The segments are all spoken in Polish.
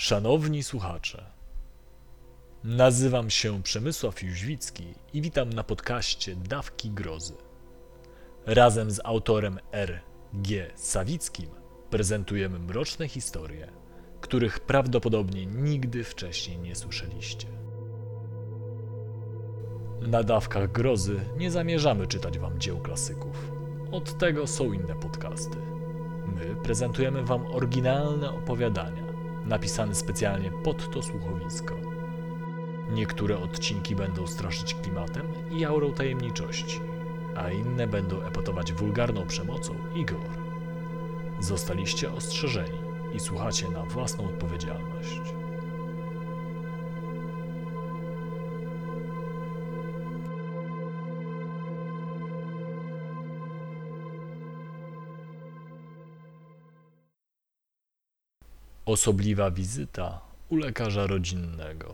Szanowni słuchacze, nazywam się Przemysław Jóźwicki i witam na podcaście Dawki Grozy. Razem z autorem R.G. Sawickim prezentujemy mroczne historie, których prawdopodobnie nigdy wcześniej nie słyszeliście. Na Dawkach Grozy nie zamierzamy czytać wam dzieł klasyków. Od tego są inne podcasty. My prezentujemy wam oryginalne opowiadania, napisane specjalnie pod to słuchowisko. Niektóre odcinki będą straszyć klimatem i aurą tajemniczości, a inne będą epatować wulgarną przemocą i gore. Zostaliście ostrzeżeni i słuchacie na własną odpowiedzialność. Osobliwa wizyta u lekarza rodzinnego.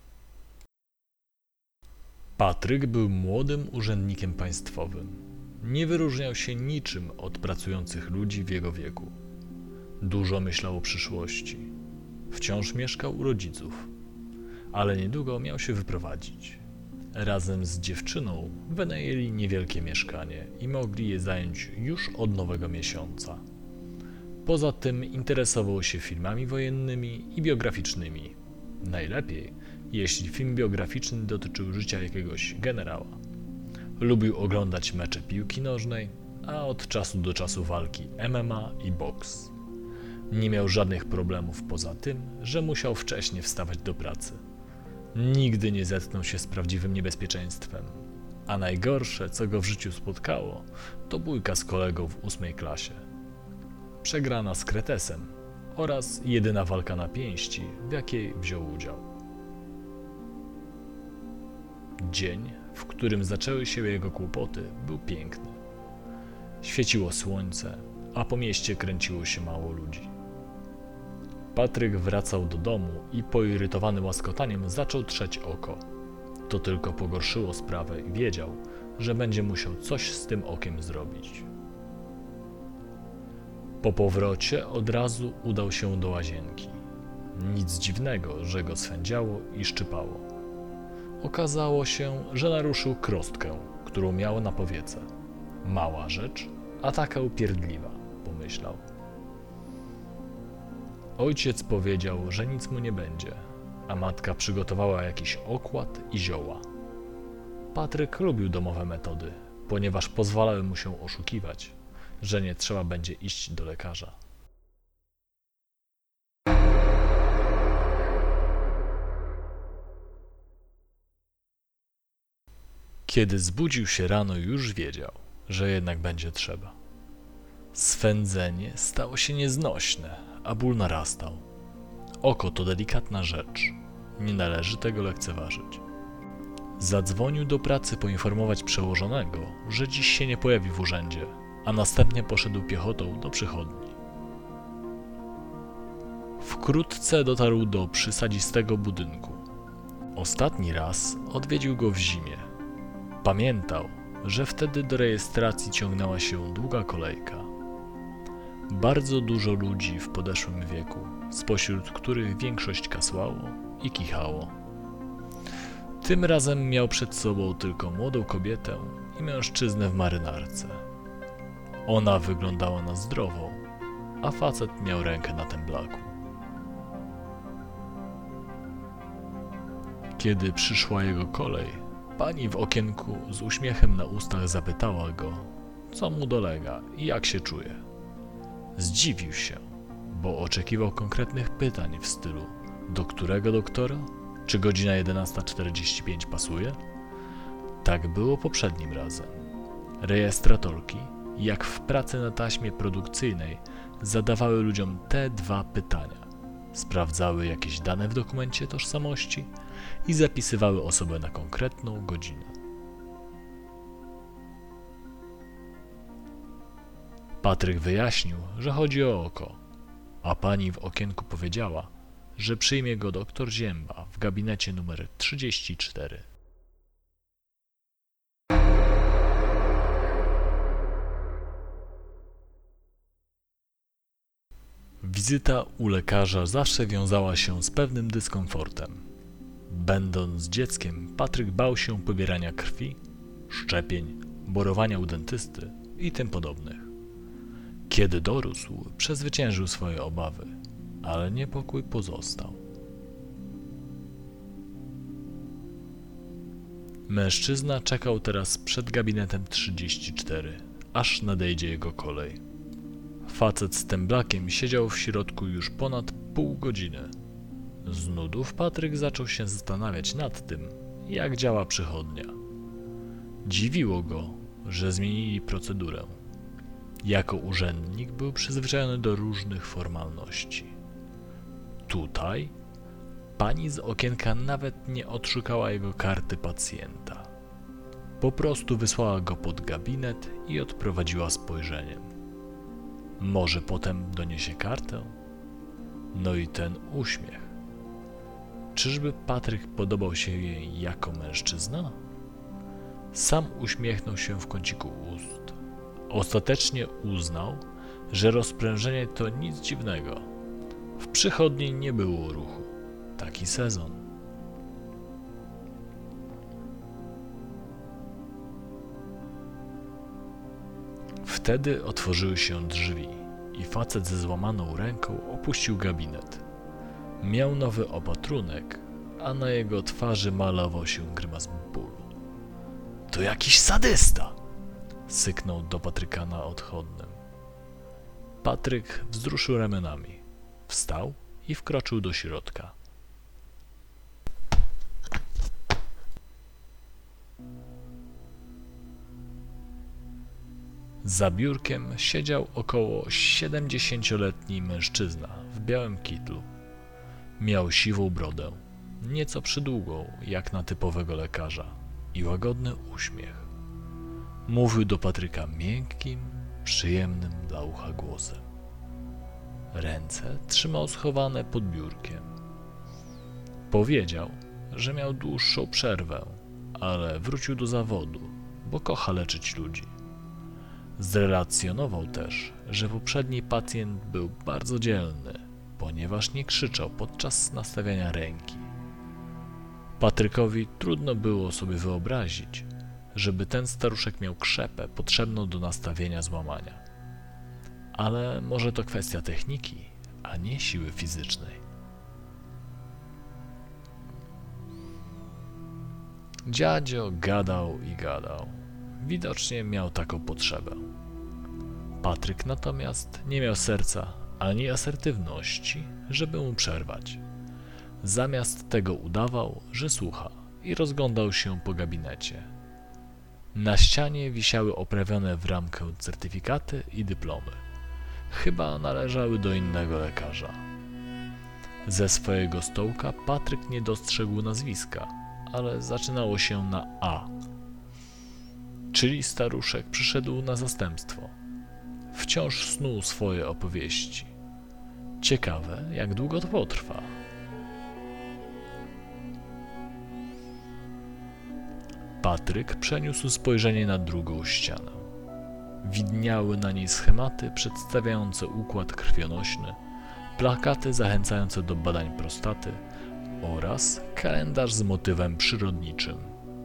Patryk był młodym urzędnikiem państwowym. Nie wyróżniał się niczym od pracujących ludzi w jego wieku. Dużo myślał o przyszłości. Wciąż mieszkał u rodziców, ale niedługo miał się wyprowadzić. Razem z dziewczyną wynajęli niewielkie mieszkanie i mogli je zająć już od nowego miesiąca. Poza tym interesował się filmami wojennymi i biograficznymi. Najlepiej, jeśli film biograficzny dotyczył życia jakiegoś generała. Lubił oglądać mecze piłki nożnej, a od czasu do czasu walki MMA i boks. Nie miał żadnych problemów poza tym, że musiał wcześnie wstawać do pracy. Nigdy nie zetknął się z prawdziwym niebezpieczeństwem, a najgorsze, co go w życiu spotkało, to bójka z kolegą w 8. klasie. Przegrana z kretesem oraz jedyna walka na pięści, w jakiej wziął udział. Dzień, w którym zaczęły się jego kłopoty, był piękny. Świeciło słońce, a po mieście kręciło się mało ludzi. Patryk wracał do domu i poirytowany łaskotaniem zaczął trzeć oko. To tylko pogorszyło sprawę i wiedział, że będzie musiał coś z tym okiem zrobić. Po powrocie od razu udał się do łazienki. Nic dziwnego, że go swędziało i szczypało. Okazało się, że naruszył krostkę, którą miał na powiece. Mała rzecz, a taka upierdliwa, pomyślał. Ojciec powiedział, że nic mu nie będzie, a matka przygotowała jakiś okład i zioła. Patryk lubił domowe metody, ponieważ pozwalały mu się oszukiwać, że nie trzeba będzie iść do lekarza. Kiedy zbudził się rano, już wiedział, że jednak będzie trzeba. Swędzenie stało się nieznośne, a ból narastał. Oko to delikatna rzecz, nie należy tego lekceważyć. Zadzwonił do pracy poinformować przełożonego, że dziś się nie pojawi w urzędzie, a następnie poszedł piechotą do przychodni. Wkrótce dotarł do przysadzistego budynku. Ostatni raz odwiedził go w zimie. Pamiętał, że wtedy do rejestracji ciągnęła się długa kolejka. Bardzo dużo ludzi w podeszłym wieku, spośród których większość kasłało i kichało. Tym razem miał przed sobą tylko młodą kobietę i mężczyznę w marynarce. Ona wyglądała na zdrową, a facet miał rękę na temblaku. Kiedy przyszła jego kolej, pani w okienku z uśmiechem na ustach zapytała go, co mu dolega i jak się czuje. Zdziwił się, bo oczekiwał konkretnych pytań w stylu: do którego doktora? Czy godzina 11:45 pasuje? Tak było poprzednim razem. Rejestratorki, jak w pracy na taśmie produkcyjnej, zadawały ludziom te dwa pytania. Sprawdzały jakieś dane w dokumencie tożsamości i zapisywały osobę na konkretną godzinę. Patryk wyjaśnił, że chodzi o oko, a pani w okienku powiedziała, że przyjmie go doktor Zięba w gabinecie numer 34. Wizyta u lekarza zawsze wiązała się z pewnym dyskomfortem. Będąc dzieckiem, Patryk bał się pobierania krwi, szczepień, borowania u dentysty i tym podobnych. Kiedy dorósł, przezwyciężył swoje obawy, ale niepokój pozostał. Mężczyzna czekał teraz przed gabinetem 34, aż nadejdzie jego kolej. Facet z temblakiem siedział w środku już ponad pół godziny. Z nudów Patryk zaczął się zastanawiać nad tym, jak działa przychodnia. Dziwiło go, że zmienili procedurę. Jako urzędnik był przyzwyczajony do różnych formalności. Tutaj pani z okienka nawet nie odszukała jego karty pacjenta. Po prostu wysłała go pod gabinet i odprowadziła spojrzeniem. Może potem doniesie kartę? No i ten uśmiech. Czyżby Patryk podobał się jej jako mężczyzna? Sam uśmiechnął się w kąciku ust. Ostatecznie uznał, że rozprężenie to nic dziwnego. W przychodni nie było ruchu. Taki sezon. Wtedy otworzyły się drzwi i facet ze złamaną ręką opuścił gabinet. Miał nowy opatrunek, a na jego twarzy malował się grymas bólu. To jakiś sadysta! Syknął do Patryka na odchodnym. Patryk wzruszył ramionami, wstał i wkroczył do środka. Za biurkiem siedział około 70-letni mężczyzna w białym kitlu. Miał siwą brodę, nieco przydługą, jak na typowego lekarza, i łagodny uśmiech. Mówił do Patryka miękkim, przyjemnym dla ucha głosem. Ręce trzymał schowane pod biurkiem. Powiedział, że miał dłuższą przerwę, ale wrócił do zawodu, bo kocha leczyć ludzi. Zrelacjonował też, że poprzedni pacjent był bardzo dzielny, ponieważ nie krzyczał podczas nastawiania ręki. Patrykowi trudno było sobie wyobrazić, żeby ten staruszek miał krzepę potrzebną do nastawienia złamania. Ale może to kwestia techniki, a nie siły fizycznej. Dziadzio gadał i gadał. Widocznie miał taką potrzebę. Patryk natomiast nie miał serca ani asertywności, żeby mu przerwać. Zamiast tego udawał, że słucha i rozglądał się po gabinecie. Na ścianie wisiały oprawione w ramkę certyfikaty i dyplomy. Chyba należały do innego lekarza. Ze swojego stołka Patryk nie dostrzegł nazwiska, ale zaczynało się na A. Czyli staruszek przyszedł na zastępstwo. Wciąż snuł swoje opowieści. Ciekawe, jak długo to potrwa. Patryk przeniósł spojrzenie na drugą ścianę. Widniały na niej schematy przedstawiające układ krwionośny, plakaty zachęcające do badań prostaty oraz kalendarz z motywem przyrodniczym.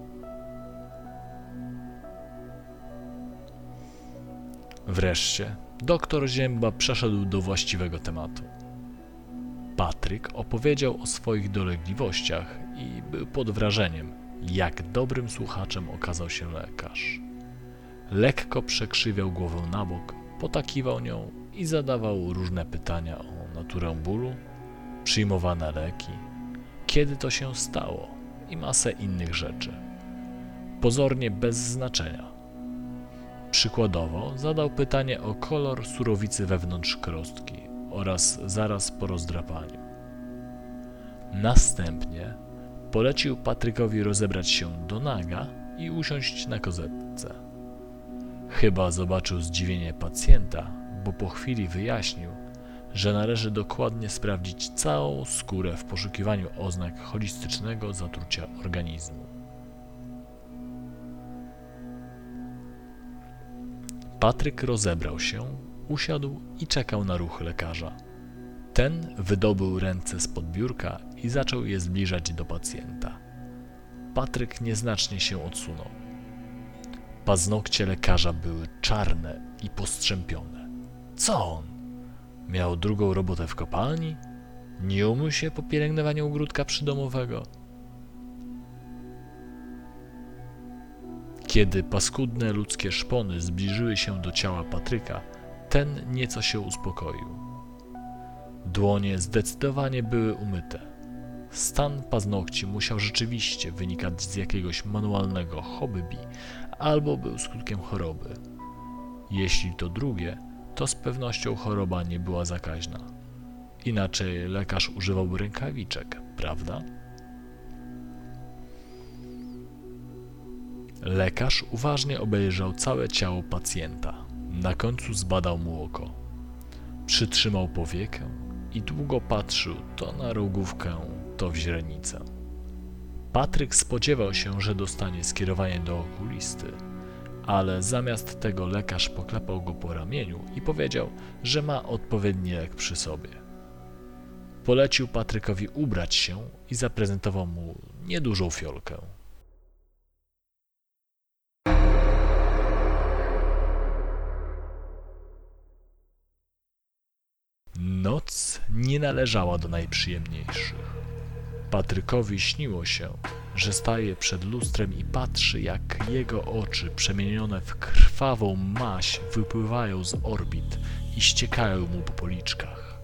Wreszcie doktor Zięba przeszedł do właściwego tematu. Patryk opowiedział o swoich dolegliwościach i był pod wrażeniem, jak dobrym słuchaczem okazał się lekarz. Lekko przekrzywiał głowę na bok, potakiwał nią i zadawał różne pytania o naturę bólu, przyjmowane leki, kiedy to się stało i masę innych rzeczy. Pozornie bez znaczenia. Przykładowo zadał pytanie o kolor surowicy wewnątrz krostki oraz zaraz po rozdrapaniu. Następnie polecił Patrykowi rozebrać się do naga i usiąść na kozetce. Chyba zobaczył zdziwienie pacjenta, bo po chwili wyjaśnił, że należy dokładnie sprawdzić całą skórę w poszukiwaniu oznak holistycznego zatrucia organizmu. Patryk rozebrał się, usiadł i czekał na ruch lekarza. Ten wydobył ręce spod biurka i zaczął je zbliżać do pacjenta. Patryk nieznacznie się odsunął. Paznokcie lekarza były czarne i postrzępione. Co on? Miał drugą robotę w kopalni? Nie umył się po pielęgnowaniu ogródka przydomowego? Kiedy paskudne ludzkie szpony zbliżyły się do ciała Patryka, ten nieco się uspokoił. Dłonie zdecydowanie były umyte. Stan paznokci musiał rzeczywiście wynikać z jakiegoś manualnego hobby albo był skutkiem choroby. Jeśli to drugie, to z pewnością choroba nie była zakaźna. Inaczej lekarz używałby rękawiczek, prawda? Lekarz uważnie obejrzał całe ciało pacjenta. Na końcu zbadał mu oko. Przytrzymał powiekę i długo patrzył to na rogówkę, to w źrenicę. Patryk spodziewał się, że dostanie skierowanie do okulisty, ale zamiast tego lekarz poklepał go po ramieniu i powiedział, że ma odpowiedni lek przy sobie. Polecił Patrykowi ubrać się i zaprezentował mu niedużą fiolkę. Noc nie należała do najprzyjemniejszych. Patrykowi śniło się, że staje przed lustrem i patrzy, jak jego oczy przemienione w krwawą maź wypływają z orbit i ściekają mu po policzkach.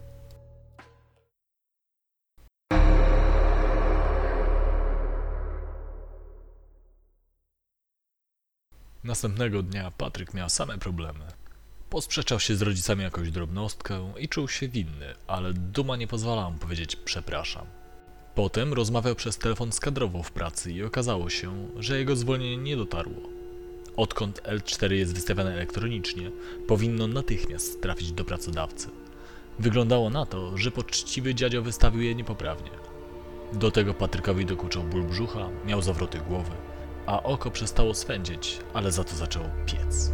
Następnego dnia Patryk miał same problemy. Posprzeczał się z rodzicami jakąś drobnostkę i czuł się winny, ale duma nie pozwalała mu powiedzieć przepraszam. Potem rozmawiał przez telefon z kadrową w pracy i okazało się, że jego zwolnienie nie dotarło. Odkąd L4 jest wystawiane elektronicznie, powinno natychmiast trafić do pracodawcy. Wyglądało na to, że poczciwy dziadzio wystawił je niepoprawnie. Do tego Patrykowi dokuczał ból brzucha, miał zawroty głowy, a oko przestało swędzić, ale za to zaczęło piec.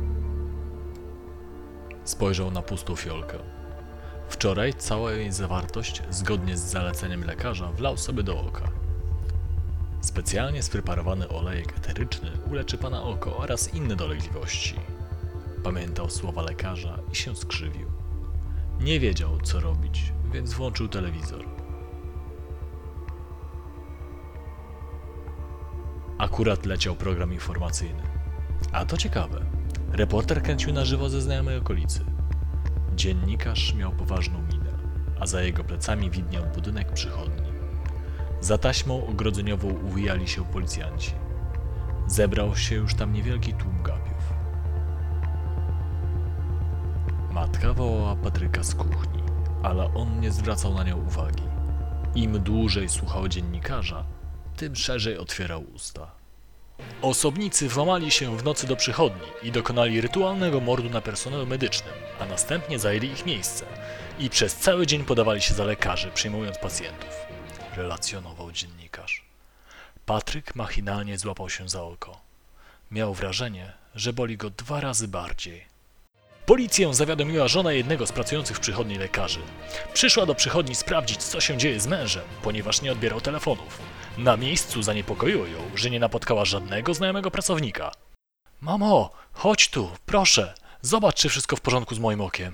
Spojrzał na pustą fiolkę. Wczoraj cała jej zawartość, zgodnie z zaleceniem lekarza, wlał sobie do oka. Specjalnie spreparowany olejek eteryczny uleczy pana oko oraz inne dolegliwości. Pamiętał słowa lekarza i się skrzywił. Nie wiedział, co robić, więc włączył telewizor. Akurat leciał program informacyjny. A to ciekawe. Reporter kręcił na żywo ze znajomej okolicy. Dziennikarz miał poważną minę, a za jego plecami widniał budynek przychodni. Za taśmą ogrodzeniową uwijali się policjanci. Zebrał się już tam niewielki tłum gapiów. Matka wołała Patryka z kuchni, ale on nie zwracał na nią uwagi. Im dłużej słuchał dziennikarza, tym szerzej otwierał usta. Osobnicy włamali się w nocy do przychodni i dokonali rytualnego mordu na personelu medycznym, a następnie zajęli ich miejsce i przez cały dzień podawali się za lekarzy, przyjmując pacjentów, relacjonował dziennikarz. Patryk machinalnie złapał się za oko. Miał wrażenie, że boli go 2 razy bardziej. Policję zawiadomiła żona jednego z pracujących w przychodni lekarzy. Przyszła do przychodni sprawdzić, co się dzieje z mężem, ponieważ nie odbierał telefonów. Na miejscu zaniepokoiło ją, że nie napotkała żadnego znajomego pracownika. Mamo, chodź tu, proszę, zobacz, czy wszystko w porządku z moim okiem.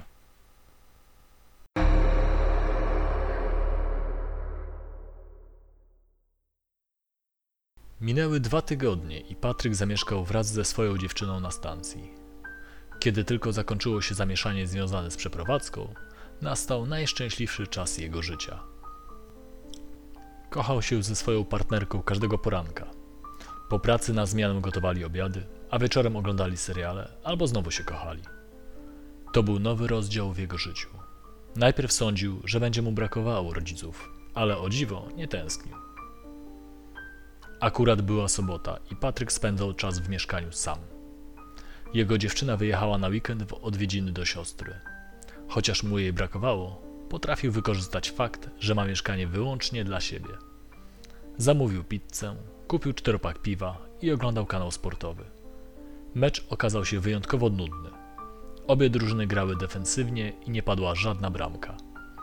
Minęły 2 tygodnie i Patryk zamieszkał wraz ze swoją dziewczyną na stacji. Kiedy tylko zakończyło się zamieszanie związane z przeprowadzką, nastał najszczęśliwszy czas jego życia. Kochał się ze swoją partnerką każdego poranka. Po pracy na zmianę gotowali obiady, a wieczorem oglądali seriale albo znowu się kochali. To był nowy rozdział w jego życiu. Najpierw sądził, że będzie mu brakowało rodziców, ale o dziwo nie tęsknił. Akurat była sobota i Patryk spędzał czas w mieszkaniu sam. Jego dziewczyna wyjechała na weekend w odwiedziny do siostry. Chociaż mu jej brakowało, potrafił wykorzystać fakt, że ma mieszkanie wyłącznie dla siebie. Zamówił pizzę, kupił 4-pak piwa i oglądał kanał sportowy. Mecz okazał się wyjątkowo nudny. Obie drużyny grały defensywnie i nie padła żadna bramka.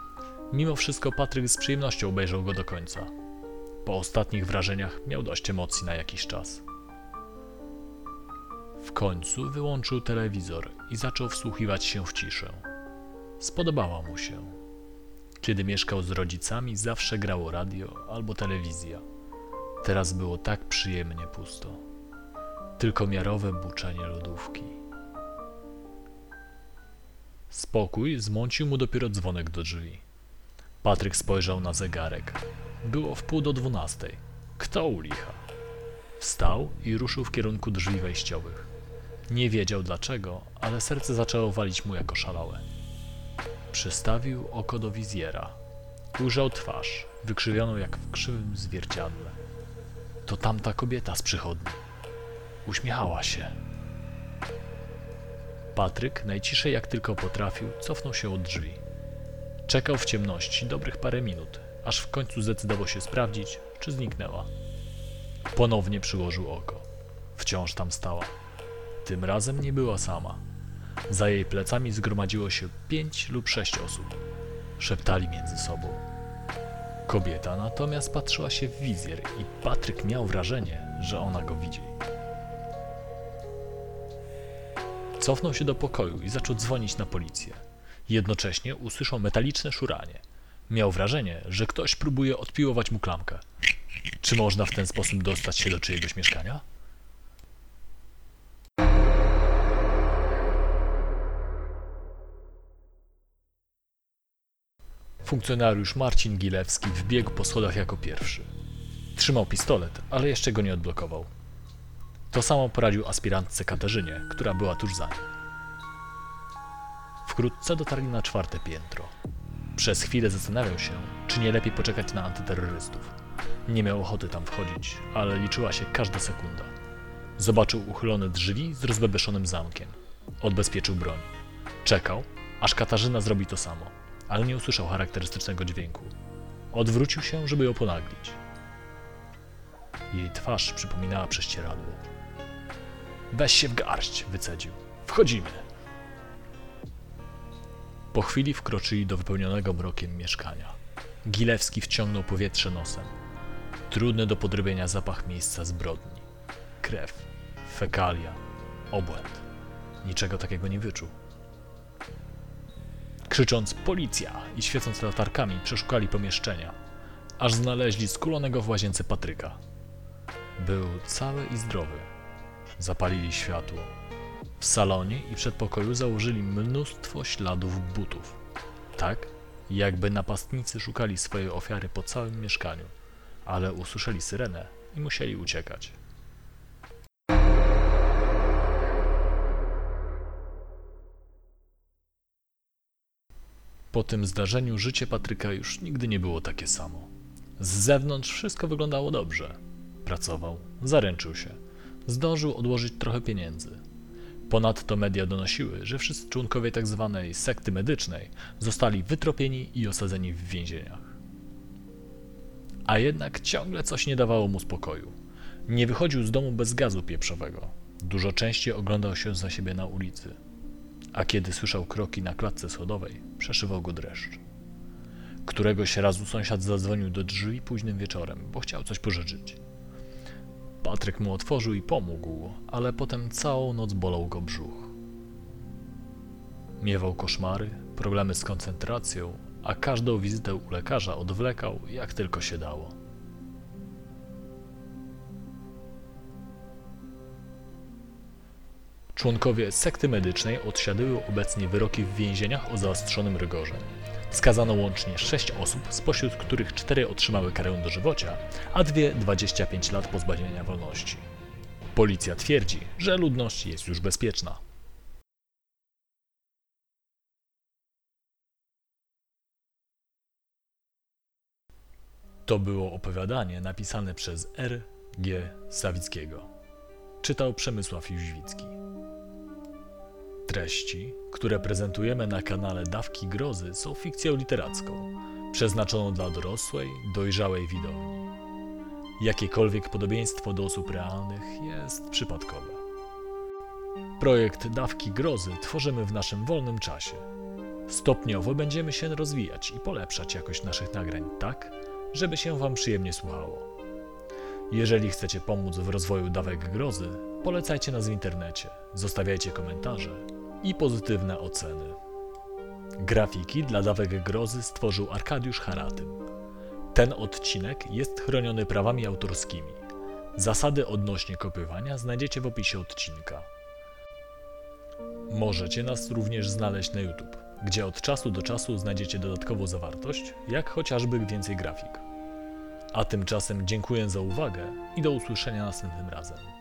Mimo wszystko Patryk z przyjemnością obejrzał go do końca. Po ostatnich wrażeniach miał dość emocji na jakiś czas. W końcu wyłączył telewizor i zaczął wsłuchiwać się w ciszę. Spodobała mu się. Kiedy mieszkał z rodzicami, zawsze grało radio albo telewizja. Teraz było tak przyjemnie pusto. Tylko miarowe buczenie lodówki. Spokój zmącił mu dopiero dzwonek do drzwi. Patryk spojrzał na zegarek. Było 11:45. Kto u licha? Wstał i ruszył w kierunku drzwi wejściowych. Nie wiedział dlaczego, ale serce zaczęło walić mu jako szalałe. Przystawił oko do wizjera. Ujrzał twarz, wykrzywioną jak w krzywym zwierciadle. To tamta kobieta z przychodni. Uśmiechała się. Patryk, najciszej jak tylko potrafił, cofnął się od drzwi. Czekał w ciemności dobrych parę minut, aż w końcu zdecydował się sprawdzić, czy zniknęła. Ponownie przyłożył oko. Wciąż tam stała. Tym razem nie była sama. Za jej plecami zgromadziło się 5 lub 6 osób. Szeptali między sobą. Kobieta natomiast patrzyła się w wizjer i Patryk miał wrażenie, że ona go widzi. Cofnął się do pokoju i zaczął dzwonić na policję. Jednocześnie usłyszał metaliczne szuranie. Miał wrażenie, że ktoś próbuje odpiłować mu klamkę. Czy można w ten sposób dostać się do czyjegoś mieszkania? Funkcjonariusz Marcin Gilewski wbiegł po schodach jako pierwszy. Trzymał pistolet, ale jeszcze go nie odblokował. To samo poradził aspirantce Katarzynie, która była tuż za nim. Wkrótce dotarli na 4. piętro. Przez chwilę zastanawiał się, czy nie lepiej poczekać na antyterrorystów. Nie miał ochoty tam wchodzić, ale liczyła się każda sekunda. Zobaczył uchylone drzwi z rozbebeszonym zamkiem. Odbezpieczył broń. Czekał, aż Katarzyna zrobi to samo, ale nie usłyszał charakterystycznego dźwięku. Odwrócił się, żeby ją ponaglić. Jej twarz przypominała prześcieradło. Weź się w garść, wycedził. Wchodzimy. Po chwili wkroczyli do wypełnionego mrokiem mieszkania. Gilewski wciągnął powietrze nosem. Trudny do podrobienia zapach miejsca zbrodni. Krew, fekalia, obłęd. Niczego takiego nie wyczuł. Krzycząc policja i świecąc latarkami przeszukali pomieszczenia, aż znaleźli skulonego w łazience Patryka. Był cały i zdrowy. Zapalili światło. W salonie i przedpokoju założyli mnóstwo śladów butów. Tak, jakby napastnicy szukali swojej ofiary po całym mieszkaniu, ale usłyszeli syrenę i musieli uciekać. Po tym zdarzeniu życie Patryka już nigdy nie było takie samo. Z zewnątrz wszystko wyglądało dobrze. Pracował, zaręczył się, zdążył odłożyć trochę pieniędzy. Ponadto media donosiły, że wszyscy członkowie tzw. sekty medycznej zostali wytropieni i osadzeni w więzieniach. A jednak ciągle coś nie dawało mu spokoju. Nie wychodził z domu bez gazu pieprzowego. Dużo częściej oglądał się za siebie na ulicy. A kiedy słyszał kroki na klatce schodowej, przeszywał go dreszcz. Któregoś razu sąsiad zadzwonił do drzwi późnym wieczorem, bo chciał coś pożyczyć. Patryk mu otworzył i pomógł, ale potem całą noc bolał go brzuch. Miewał koszmary, problemy z koncentracją, a każdą wizytę u lekarza odwlekał jak tylko się dało. Członkowie sekty medycznej odsiadują obecnie wyroki w więzieniach o zaostrzonym rygorze. Skazano łącznie 6 osób, spośród których 4 otrzymały karę dożywocia, a 2 25 lat pozbawienia wolności. Policja twierdzi, że ludność jest już bezpieczna. To było opowiadanie napisane przez R. G. Sawickiego. Czytał Przemysław Jóźwicki. Treści, które prezentujemy na kanale Dawki Grozy, są fikcją literacką, przeznaczoną dla dorosłej, dojrzałej widowni. Jakiekolwiek podobieństwo do osób realnych jest przypadkowe. Projekt Dawki Grozy tworzymy w naszym wolnym czasie. Stopniowo będziemy się rozwijać i polepszać jakość naszych nagrań tak, żeby się Wam przyjemnie słuchało. Jeżeli chcecie pomóc w rozwoju Dawek Grozy, polecajcie nas w internecie, zostawiajcie komentarze i pozytywne oceny. Grafiki dla Dawek Grozy stworzył Arkadiusz Haratym. Ten odcinek jest chroniony prawami autorskimi. Zasady odnośnie kopiowania znajdziecie w opisie odcinka. Możecie nas również znaleźć na YouTube, gdzie od czasu do czasu znajdziecie dodatkową zawartość, jak chociażby więcej grafik. A tymczasem dziękuję za uwagę i do usłyszenia następnym razem.